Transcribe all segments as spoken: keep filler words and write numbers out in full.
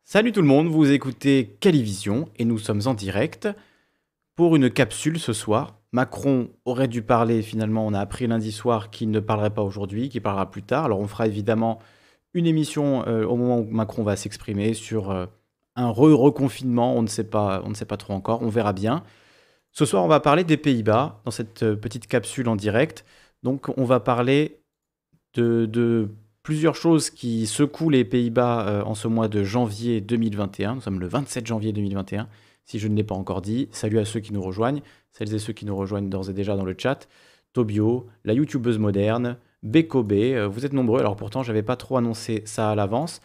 Salut tout le monde, vous écoutez Calivision et nous sommes en direct pour une capsule ce soir. Macron aurait dû parler, finalement on a appris lundi soir qu'il ne parlerait pas aujourd'hui, qu'il parlera plus tard. Alors on fera évidemment une émission euh, au moment où Macron va s'exprimer sur euh, un re-reconfinement, on ne sait pas, on ne sait pas trop encore, on verra bien. Ce soir on va parler des Pays-Bas dans cette euh, petite capsule en direct. Donc on va parler de, de plusieurs choses qui secouent les Pays-Bas euh, en ce mois de janvier deux mille vingt et un. Nous sommes le vingt-sept janvier deux mille vingt et un, si je ne l'ai pas encore dit. Salut à ceux qui nous rejoignent, celles et ceux qui nous rejoignent d'ores et déjà dans le chat. Tobio, la youtubeuse moderne, Bekobe, euh, vous êtes nombreux, alors pourtant j'avais pas trop annoncé ça à l'avance.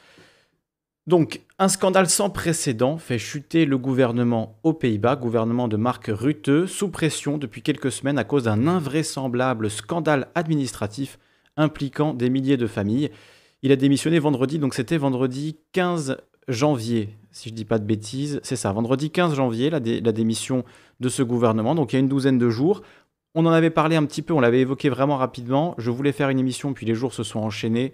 Donc, un scandale sans précédent fait chuter le gouvernement aux Pays-Bas, gouvernement de Mark Rutte, sous pression depuis quelques semaines à cause d'un invraisemblable scandale administratif impliquant des milliers de familles. Il a démissionné vendredi, donc c'était vendredi quinze janvier, si je ne dis pas de bêtises. C'est ça, vendredi quinze janvier, la, dé- la démission de ce gouvernement, donc il y a une douzaine de jours. On en avait parlé un petit peu, on l'avait évoqué vraiment rapidement. Je voulais faire une émission, puis les jours se sont enchaînés,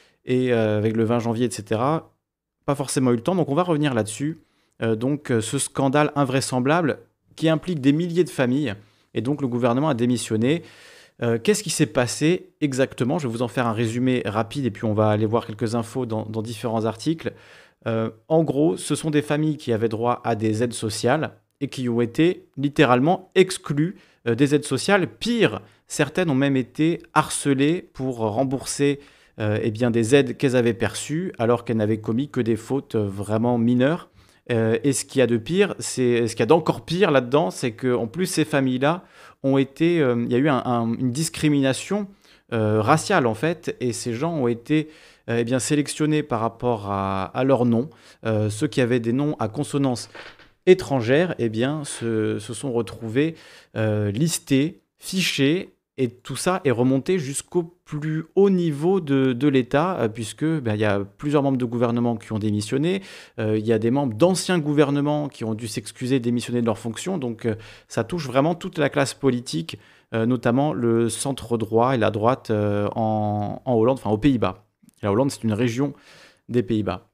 et euh, avec le vingt janvier, et cetera, pas forcément eu le temps, donc on va revenir là-dessus. Euh, donc euh, ce scandale invraisemblable qui implique des milliers de familles, et donc le gouvernement a démissionné. Euh, Qu'est-ce qui s'est passé exactement? Je vais vous en faire un résumé rapide et puis on va aller voir quelques infos dans, dans différents articles. Euh, en gros, ce sont des familles qui avaient droit à des aides sociales et qui ont été littéralement exclues euh, des aides sociales. Pire, certaines ont même été harcelées pour rembourser euh, eh bien, des aides qu'elles avaient perçues alors qu'elles n'avaient commis que des fautes euh, vraiment mineures. Euh, et ce qu'il y a de pire, c'est ce qu'il y a d'encore pire là-dedans, c'est qu'en plus ces familles-là ont été, euh, il y a eu un- un- une discrimination euh, raciale en fait, et ces gens ont été euh, eh bien, sélectionnés par rapport à, à leur nom. Euh, ceux qui avaient des noms à consonance étrangère, eh bien, se, se sont retrouvés euh, listés, fichés, et tout ça est remonté jusqu'au plus haut niveau de, de l'État, euh, puisque ben, il y a plusieurs membres de gouvernement qui ont démissionné, euh, il y a des membres d'anciens gouvernements qui ont dû s'excuser, démissionner de leurs fonctions, donc euh, ça touche vraiment toute la classe politique, euh, notamment le centre droit et la droite euh, en, en Hollande, enfin aux Pays-Bas. La Hollande, c'est une région des Pays-Bas.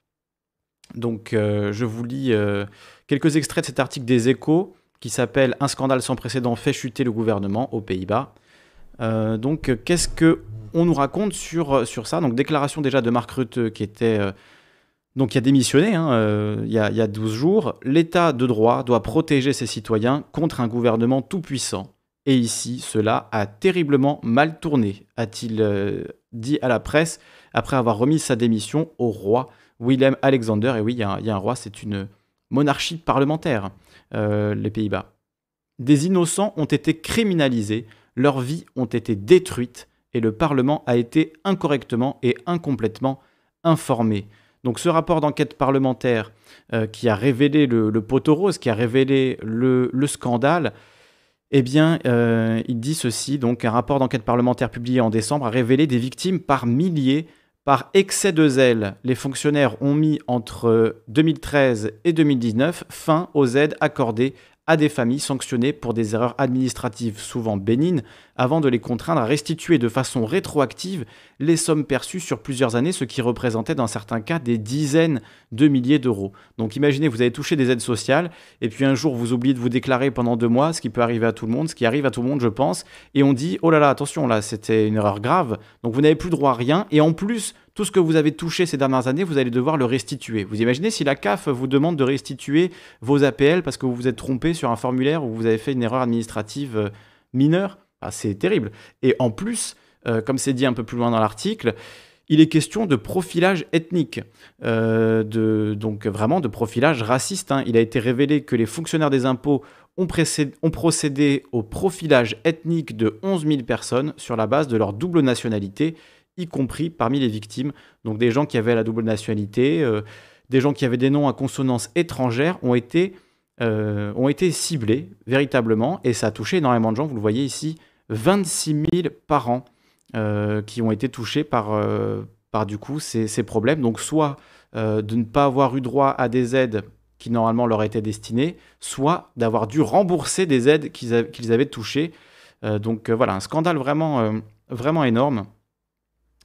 Donc, euh, je vous lis euh, quelques extraits de cet article des Échos qui s'appelle Un scandale sans précédent fait chuter le gouvernement aux Pays-Bas. Euh, donc, euh, qu'est-ce que on nous raconte sur, euh, sur ça? Donc, déclaration déjà de Mark Rutte qui était euh, donc qui a démissionné hein, euh, il y a, il y a douze jours. L'État de droit doit protéger ses citoyens contre un gouvernement tout-puissant. Et ici, cela a terriblement mal tourné, a-t-il euh, dit à la presse après avoir remis sa démission au roi Willem Alexander. Et oui, il y, a un- il y a un roi, c'est une monarchie parlementaire, euh, les Pays-Bas. Des innocents ont été criminalisés, leurs vies ont été détruites et le Parlement a été incorrectement et incomplètement informé. Donc ce rapport d'enquête parlementaire euh, qui a révélé le, le poteau rose, qui a révélé le, le scandale, eh bien, euh, il dit ceci, donc un rapport d'enquête parlementaire publié en décembre a révélé des victimes par milliers. Par excès de zèle, les fonctionnaires ont mis entre deux mille treize et deux mille dix-neuf fin aux aides accordées à des familles sanctionnées pour des erreurs administratives souvent bénignes, avant de les contraindre à restituer de façon rétroactive les sommes perçues sur plusieurs années, ce qui représentait dans certains cas des dizaines de milliers d'euros. Donc imaginez, vous avez touché des aides sociales, et puis un jour vous oubliez de vous déclarer pendant deux mois, ce qui peut arriver à tout le monde, ce qui arrive à tout le monde je pense, et on dit, oh là là, attention, là c'était une erreur grave, donc vous n'avez plus droit à rien, et en plus, tout ce que vous avez touché ces dernières années, vous allez devoir le restituer. Vous imaginez si la C A F vous demande de restituer vos A P L parce que vous vous êtes trompé sur un formulaire ou vous avez fait une erreur administrative euh, mineure? Ah, c'est terrible. Et en plus, euh, comme c'est dit un peu plus loin dans l'article, il est question de profilage ethnique, euh, de, donc vraiment de profilage raciste. Hein. Il a été révélé que les fonctionnaires des impôts ont, précédé, ont procédé au profilage ethnique de onze mille personnes sur la base de leur double nationalité, y compris parmi les victimes. Donc des gens qui avaient la double nationalité, euh, des gens qui avaient des noms à consonance étrangère ont été, euh, ont été ciblés véritablement, et ça a touché énormément de gens. Vous le voyez ici, vingt-six mille parents euh, qui ont été touchés par, euh, par du coup ces, ces problèmes. Donc soit euh, de ne pas avoir eu droit à des aides qui normalement leur étaient destinées, soit d'avoir dû rembourser des aides qu'ils, a- qu'ils avaient touchées. Euh, donc euh, voilà, un scandale vraiment, euh, vraiment énorme.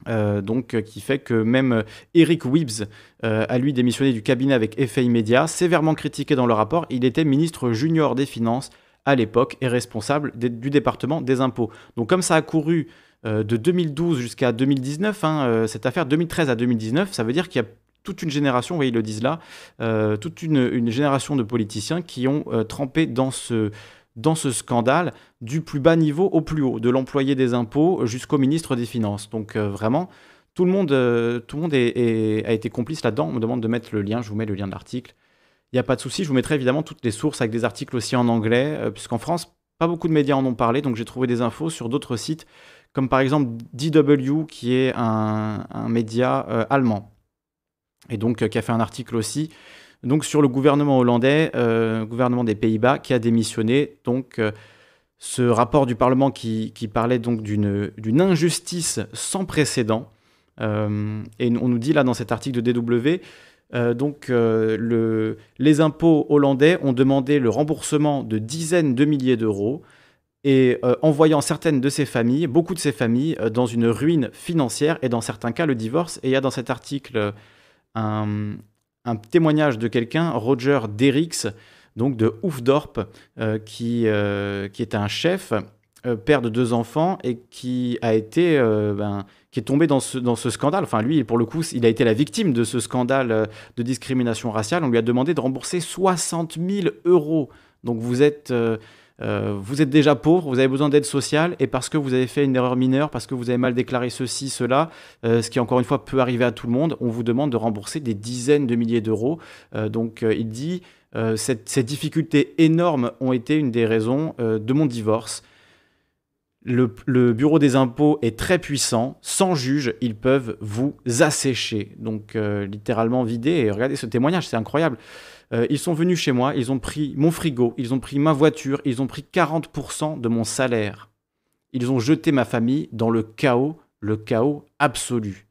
Euh, donc, euh, qui fait que même euh, Eric Wibbs euh, a lui démissionné du cabinet avec effet immédiat, sévèrement critiqué dans le rapport. Il était ministre junior des Finances à l'époque et responsable des- du département des impôts. Donc comme ça a couru euh, de deux mille douze jusqu'à deux mille dix-neuf, hein, euh, cette affaire deux mille treize à deux mille dix-neuf, ça veut dire qu'il y a toute une génération, vous voyez, ils le disent là, euh, toute une, une génération de politiciens qui ont euh, trempé dans ce, dans ce scandale du plus bas niveau au plus haut, de l'employé des impôts jusqu'au ministre des Finances. Donc euh, vraiment, tout le monde, euh, tout le monde est- est- a été complice là-dedans. On me demande de mettre le lien, je vous mets le lien de l'article. Il n'y a pas de souci, je vous mettrai évidemment toutes les sources avec des articles aussi en anglais, euh, puisqu'en France, pas beaucoup de médias en ont parlé, donc j'ai trouvé des infos sur d'autres sites, comme par exemple D W, qui est un, un média euh, allemand, et donc euh, qui a fait un article aussi donc, sur le gouvernement hollandais, euh, gouvernement des Pays-Bas, qui a démissionné. Donc, euh, ce rapport du Parlement qui, qui parlait donc d'une d'une injustice sans précédent. Euh, et on nous dit là dans cet article de D W, euh, donc euh, le, les impôts hollandais ont demandé le remboursement de dizaines de milliers d'euros et euh, envoyant certaines de ces familles, beaucoup de ces familles, euh, dans une ruine financière et dans certains cas le divorce. Et il y a dans cet article euh, un, un témoignage de quelqu'un, Roger Derricks, donc de Hoofddorp, euh, qui, euh, qui est un chef, euh, père de deux enfants, et qui a été, euh, ben, qui est tombé dans ce, dans ce scandale. Enfin, lui, pour le coup, il a été la victime de ce scandale euh, de discrimination raciale. On lui a demandé de rembourser soixante mille euros. Donc vous êtes, euh, euh, vous êtes déjà pauvre, vous avez besoin d'aide sociale, et parce que vous avez fait une erreur mineure, parce que vous avez mal déclaré ceci, cela, euh, ce qui encore une fois peut arriver à tout le monde, on vous demande de rembourser des dizaines de milliers d'euros. Euh, donc euh, il dit, euh, cette, ces difficultés énormes ont été une des raisons euh, de mon divorce. Le, le bureau des impôts est très puissant, sans juge, ils peuvent vous assécher. Donc euh, littéralement vider, et regardez ce témoignage, c'est incroyable. Euh, ils sont venus chez moi, ils ont pris mon frigo, ils ont pris ma voiture, ils ont pris quarante pour cent de mon salaire. Ils ont jeté ma famille dans le chaos, le chaos absolu.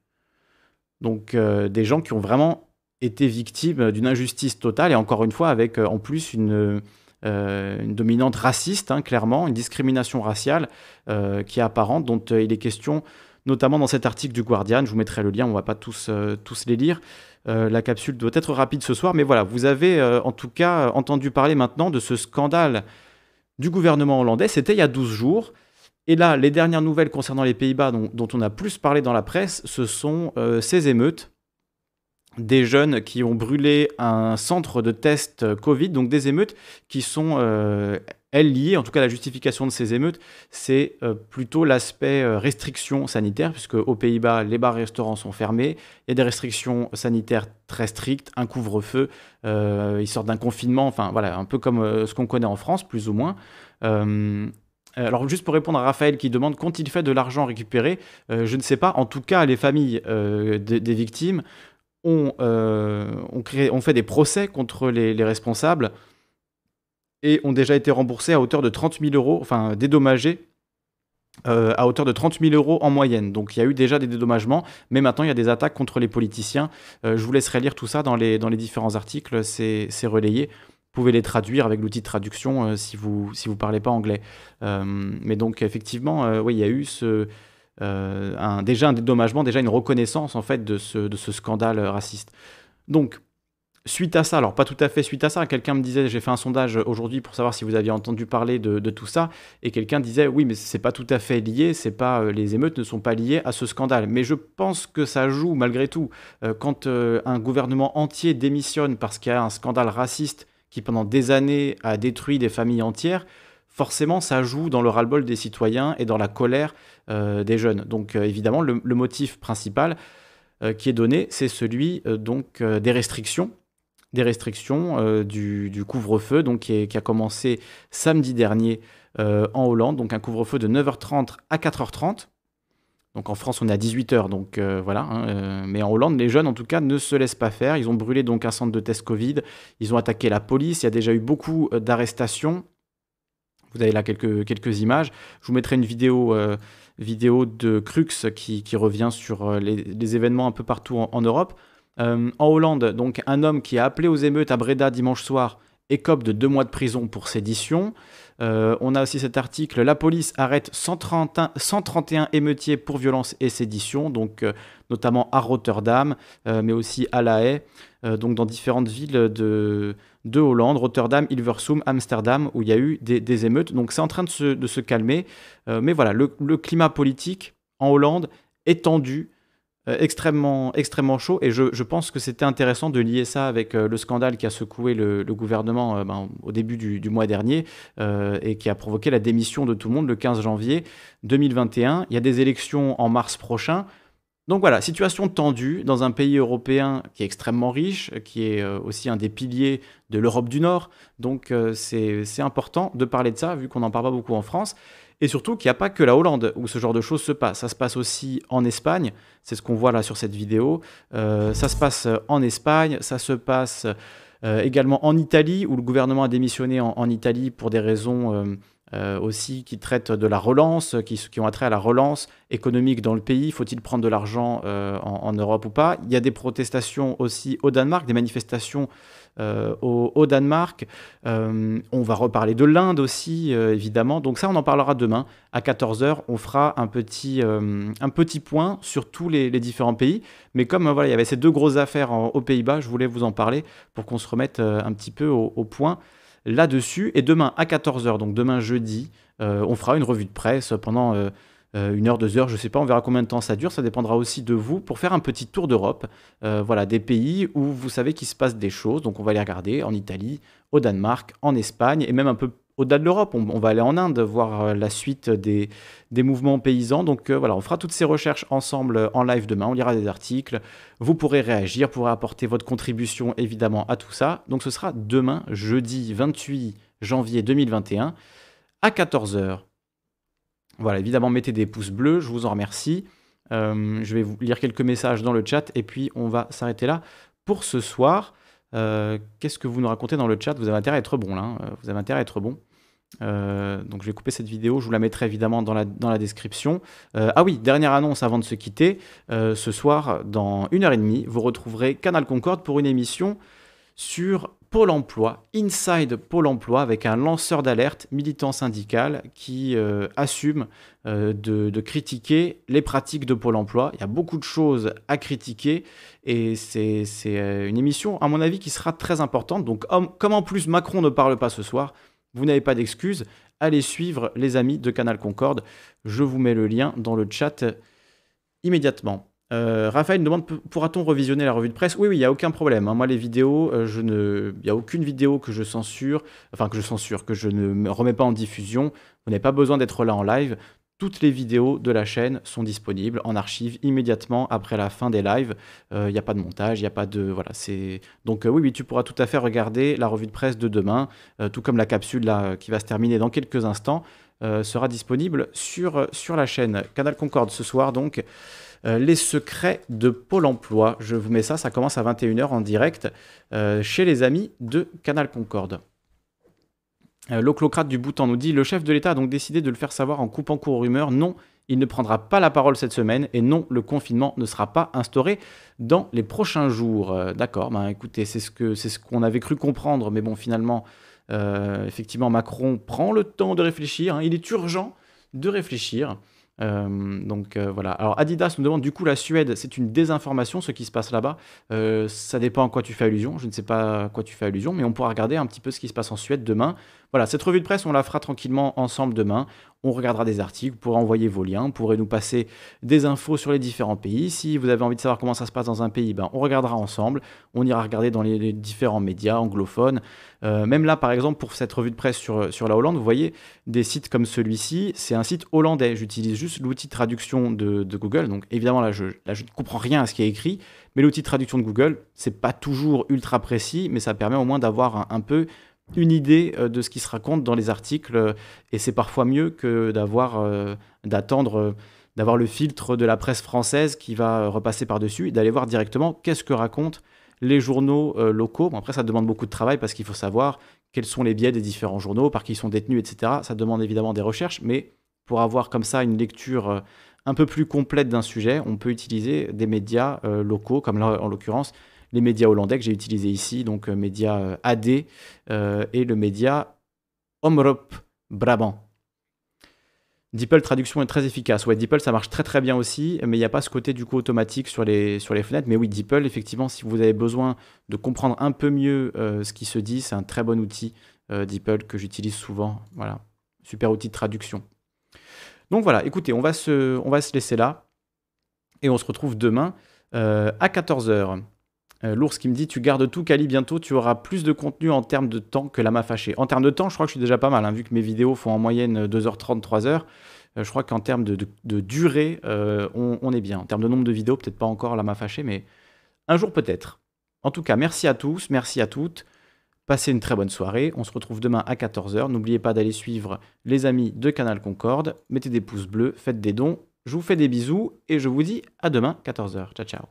Donc euh, des gens qui ont vraiment été victimes d'une injustice totale, et encore une fois avec euh, en plus une, euh, une dominante raciste, hein, clairement, une discrimination raciale euh, qui est apparente, dont euh, il est question notamment dans cet article du Guardian. Je vous mettrai le lien, on ne va pas tous, euh, tous les lire. Euh, la capsule doit être rapide ce soir, mais voilà, vous avez euh, en tout cas entendu parler maintenant de ce scandale du gouvernement hollandais. C'était il y a douze jours. Et là, les dernières nouvelles concernant les Pays-Bas dont, dont on a plus parlé dans la presse, ce sont euh, ces émeutes, des jeunes qui ont brûlé un centre de test Covid, donc des émeutes qui sont, euh, elles, liées, en tout cas la justification de ces émeutes, c'est euh, plutôt l'aspect euh, restriction sanitaire, puisque aux Pays-Bas, les bars et restaurants sont fermés, il y a des restrictions sanitaires très strictes, un couvre-feu, euh, ils sortent d'un confinement, enfin voilà, un peu comme euh, ce qu'on connaît en France, plus ou moins. Euh, alors juste pour répondre à Raphaël qui demande qu'ont-ils fait de l'argent récupéré, euh, je ne sais pas, en tout cas les familles euh, de- des victimes ont, euh, ont, créé, ont fait des procès contre les, les responsables et ont déjà été remboursés à hauteur de trente mille euros, enfin dédommagés euh, à hauteur de trente mille euros en moyenne. Donc il y a eu déjà des dédommagements, mais maintenant il y a des attaques contre les politiciens. Euh, je vous laisserai lire tout ça dans les, dans les différents articles, c'est c'est relayé. Vous pouvez les traduire avec l'outil de traduction euh, si vous si vous parlez pas anglais. Euh, mais donc effectivement, euh, oui, il y a eu ce, euh, un, déjà un dédommagement, déjà une reconnaissance en fait de ce, de ce scandale raciste. Donc, suite à ça, alors pas tout à fait suite à ça, quelqu'un me disait, j'ai fait un sondage aujourd'hui pour savoir si vous aviez entendu parler de, de tout ça, et quelqu'un disait, oui, mais c'est pas tout à fait lié, c'est pas, euh, les émeutes ne sont pas liées à ce scandale. Mais je pense que ça joue malgré tout. Euh, quand euh, un gouvernement entier démissionne parce qu'il y a un scandale raciste qui pendant des années a détruit des familles entières, forcément ça joue dans le ras-le-bol des citoyens et dans la colère euh, des jeunes. Donc euh, évidemment, le, le motif principal euh, qui est donné, c'est celui euh, donc euh, des restrictions des restrictions euh, du, du couvre-feu donc, qui, est- qui a commencé samedi dernier euh, en Hollande. Donc un couvre-feu de neuf heures trente à quatre heures trente. Donc en France, on est à dix-huit heures, donc euh, voilà. Hein, euh, mais en Hollande, les jeunes, en tout cas, ne se laissent pas faire. Ils ont brûlé donc un centre de test Covid. Ils ont attaqué la police. Il y a déjà eu beaucoup euh, d'arrestations. Vous avez là quelques, quelques images. Je vous mettrai une vidéo, euh, vidéo de Crux qui, qui revient sur euh, les, les événements un peu partout en, en Europe. Euh, en Hollande, donc un homme qui a appelé aux émeutes à Breda dimanche soir écope de deux mois de prison pour sédition. Euh, on a aussi cet article, la police arrête cent trente et un, cent trente et un émeutiers pour violence et sédition, donc euh, notamment à Rotterdam, euh, mais aussi à La Haye, euh, donc dans différentes villes de, de Hollande, Rotterdam, Hilversum, Amsterdam, où il y a eu des, des émeutes. Donc c'est en train de se, de se calmer, euh, mais voilà, le, le climat politique en Hollande est tendu, euh, extrêmement, extrêmement chaud, et je, je pense que c'était intéressant de lier ça avec euh, le scandale qui a secoué le, le gouvernement euh, ben, au début du, du mois dernier, euh, et qui a provoqué la démission de tout le monde le quinze janvier deux mille vingt et un. Il y a des élections en mars prochain. Donc voilà, situation tendue dans un pays européen qui est extrêmement riche, qui est euh, aussi un des piliers de l'Europe du Nord. Donc euh, c'est c'est important de parler de ça, vu qu'on n'en parle pas beaucoup en France. Et surtout qu'il n'y a pas que la Hollande où ce genre de choses se passe. Ça se passe aussi en Espagne, c'est ce qu'on voit là sur cette vidéo. Euh, ça se passe en Espagne, ça se passe euh, également en Italie, où le gouvernement a démissionné en, en Italie pour des raisons euh, euh, aussi qui traitent de la relance, qui, qui ont attrait à la relance économique dans le pays. Faut-il prendre de l'argent euh, en, en Europe ou pas? Il y a des protestations aussi au Danemark, des manifestations euh, au, au Danemark. Euh, on va reparler de l'Inde aussi, euh, évidemment. Donc ça, on en parlera demain à quatorze heures. On fera un petit, euh, un petit point sur tous les, les différents pays. Mais comme euh, voilà, il y avait ces deux grosses affaires en, aux Pays-Bas, je voulais vous en parler pour qu'on se remette euh, un petit peu au, au point là-dessus. Et demain à quatorze heures, donc demain jeudi, euh, on fera une revue de presse pendant euh, euh, une heure, deux heures, je sais pas, on verra combien de temps ça dure, ça dépendra aussi de vous, pour faire un petit tour d'Europe, euh, voilà, des pays où vous savez qu'il se passe des choses. Donc on va les regarder en Italie, au Danemark, en Espagne, et même un peu au-delà de l'Europe. On, on va aller en Inde voir euh, la suite des, des mouvements paysans. Donc euh, voilà, on fera toutes ces recherches ensemble euh, en live demain, on lira des articles, vous pourrez réagir, pourrez apporter votre contribution évidemment à tout ça. Donc ce sera demain, jeudi vingt-huit janvier deux mille vingt et un, à quatorze heures. Voilà, évidemment, mettez des pouces bleus, je vous en remercie. Euh, je vais vous lire quelques messages dans le chat et puis on va s'arrêter là pour ce soir. Euh, Qu'est-ce que vous nous racontez dans le chat? Vous avez intérêt à être bon là, hein. Vous avez intérêt à être bon. Euh, donc je vais couper cette vidéo, je vous la mettrai évidemment dans la, dans la description. Euh, ah oui, dernière annonce avant de se quitter. Euh, ce soir, dans une heure et demie, vous retrouverez Canal Concorde pour une émission sur Pôle emploi, Inside Pôle emploi, avec un lanceur d'alerte militant syndical qui euh, assume euh, de, de critiquer les pratiques de Pôle emploi. Il y a beaucoup de choses à critiquer et c'est c'est une émission, à mon avis, qui sera très importante. Donc, comme en plus Macron ne parle pas ce soir, vous n'avez pas d'excuses. Allez suivre les amis de Canal Concorde. Je vous mets le lien dans le chat immédiatement. Euh, Raphaël me demande, pourra-t-on revisionner la revue de presse? Oui, oui, il n'y a aucun problème, hein. Moi, les vidéos, euh, je ne... il n'y a aucune vidéo que je censure, enfin que je censure, que je ne me remets pas en diffusion. Vous n'avez pas besoin d'être là en live. Toutes les vidéos de la chaîne sont disponibles en archive immédiatement après la fin des lives. Il euh, n'y a pas de montage, il n'y a pas de... Voilà, c'est... Donc euh, oui, oui, tu pourras tout à fait regarder la revue de presse de demain, euh, tout comme la capsule là, qui va se terminer dans quelques instants, euh, sera disponible sur, sur la chaîne Canal Concorde ce soir, donc... Euh, les secrets de Pôle emploi. Je vous mets ça, ça commence à vingt et une heures en direct euh, chez les amis de Canal Concorde. Euh, L'oclocrate du Bhoutan nous dit « Le chef de l'État a donc décidé de le faire savoir en coupant court aux rumeurs. Non, il ne prendra pas la parole cette semaine et non, le confinement ne sera pas instauré dans les prochains jours. Euh, » D'accord, ben, écoutez, c'est ce que, c'est ce qu'on avait cru comprendre, mais bon, finalement, euh, effectivement, Macron prend le temps de réfléchir. Hein, il est urgent de réfléchir. Euh, donc euh, voilà. Alors Adidas nous demande, du coup la Suède c'est une désinformation ce qui se passe là-bas. Euh, ça dépend à quoi tu fais allusion, je ne sais pas à quoi tu fais allusion, mais on pourra regarder un petit peu ce qui se passe en Suède demain. Voilà, cette revue de presse on la fera tranquillement ensemble demain. On regardera des articles, vous pourrez envoyer vos liens, vous pourrez nous passer des infos sur les différents pays. Si vous avez envie de savoir comment ça se passe dans un pays, ben, on regardera ensemble. On ira regarder dans les, les différents médias anglophones. Euh, même là, par exemple, pour cette revue de presse sur, sur la Hollande, vous voyez des sites comme celui-ci. C'est un site hollandais. J'utilise juste l'outil de traduction de, de Google. Donc évidemment, là je, là, je ne comprends rien à ce qui est écrit. Mais l'outil de traduction de Google, c'est pas toujours ultra précis, mais ça permet au moins d'avoir un, un peu... une idée de ce qui se raconte dans les articles, et c'est parfois mieux que d'avoir euh, d'attendre euh, d'avoir le filtre de la presse française qui va repasser par-dessus et d'aller voir directement qu'est-ce que racontent les journaux euh, locaux. Bon, après ça demande beaucoup de travail parce qu'il faut savoir quels sont les biais des différents journaux, par qui ils sont détenus, et cetera. Ça demande évidemment des recherches, mais pour avoir comme ça une lecture euh, un peu plus complète d'un sujet, on peut utiliser des médias euh, locaux, comme là en l'occurrence les médias hollandais que j'ai utilisés ici, donc euh, média euh, A D euh, et le média Omroep Brabant. DeepL traduction est très efficace. Ouais, DeepL ça marche très très bien aussi, mais il n'y a pas ce côté du coup automatique sur les, sur les fenêtres. Mais oui, DeepL, effectivement, si vous avez besoin de comprendre un peu mieux euh, ce qui se dit, c'est un très bon outil, euh, DeepL, que j'utilise souvent. Voilà, super outil de traduction. Donc voilà, écoutez, on va se, on va se laisser là et on se retrouve demain euh, à quatorze heures. Euh, L'ours qui me dit, tu gardes tout, Kali, bientôt tu auras plus de contenu en termes de temps que la m'a fâché. En termes de temps, je crois que je suis déjà pas mal, hein, vu que mes vidéos font en moyenne deux heures trente, trois heures. Euh, je crois qu'en termes de, de- de durée, euh, on, on est bien. En termes de nombre de vidéos, peut-être pas encore la m'a fâché, mais un jour peut-être. En tout cas, merci à tous, merci à toutes. Passez une très bonne soirée. On se retrouve demain à quatorze heures. N'oubliez pas d'aller suivre les amis de Canal Concorde. Mettez des pouces bleus, faites des dons. Je vous fais des bisous et je vous dis à demain, quatorze heures. Ciao, ciao.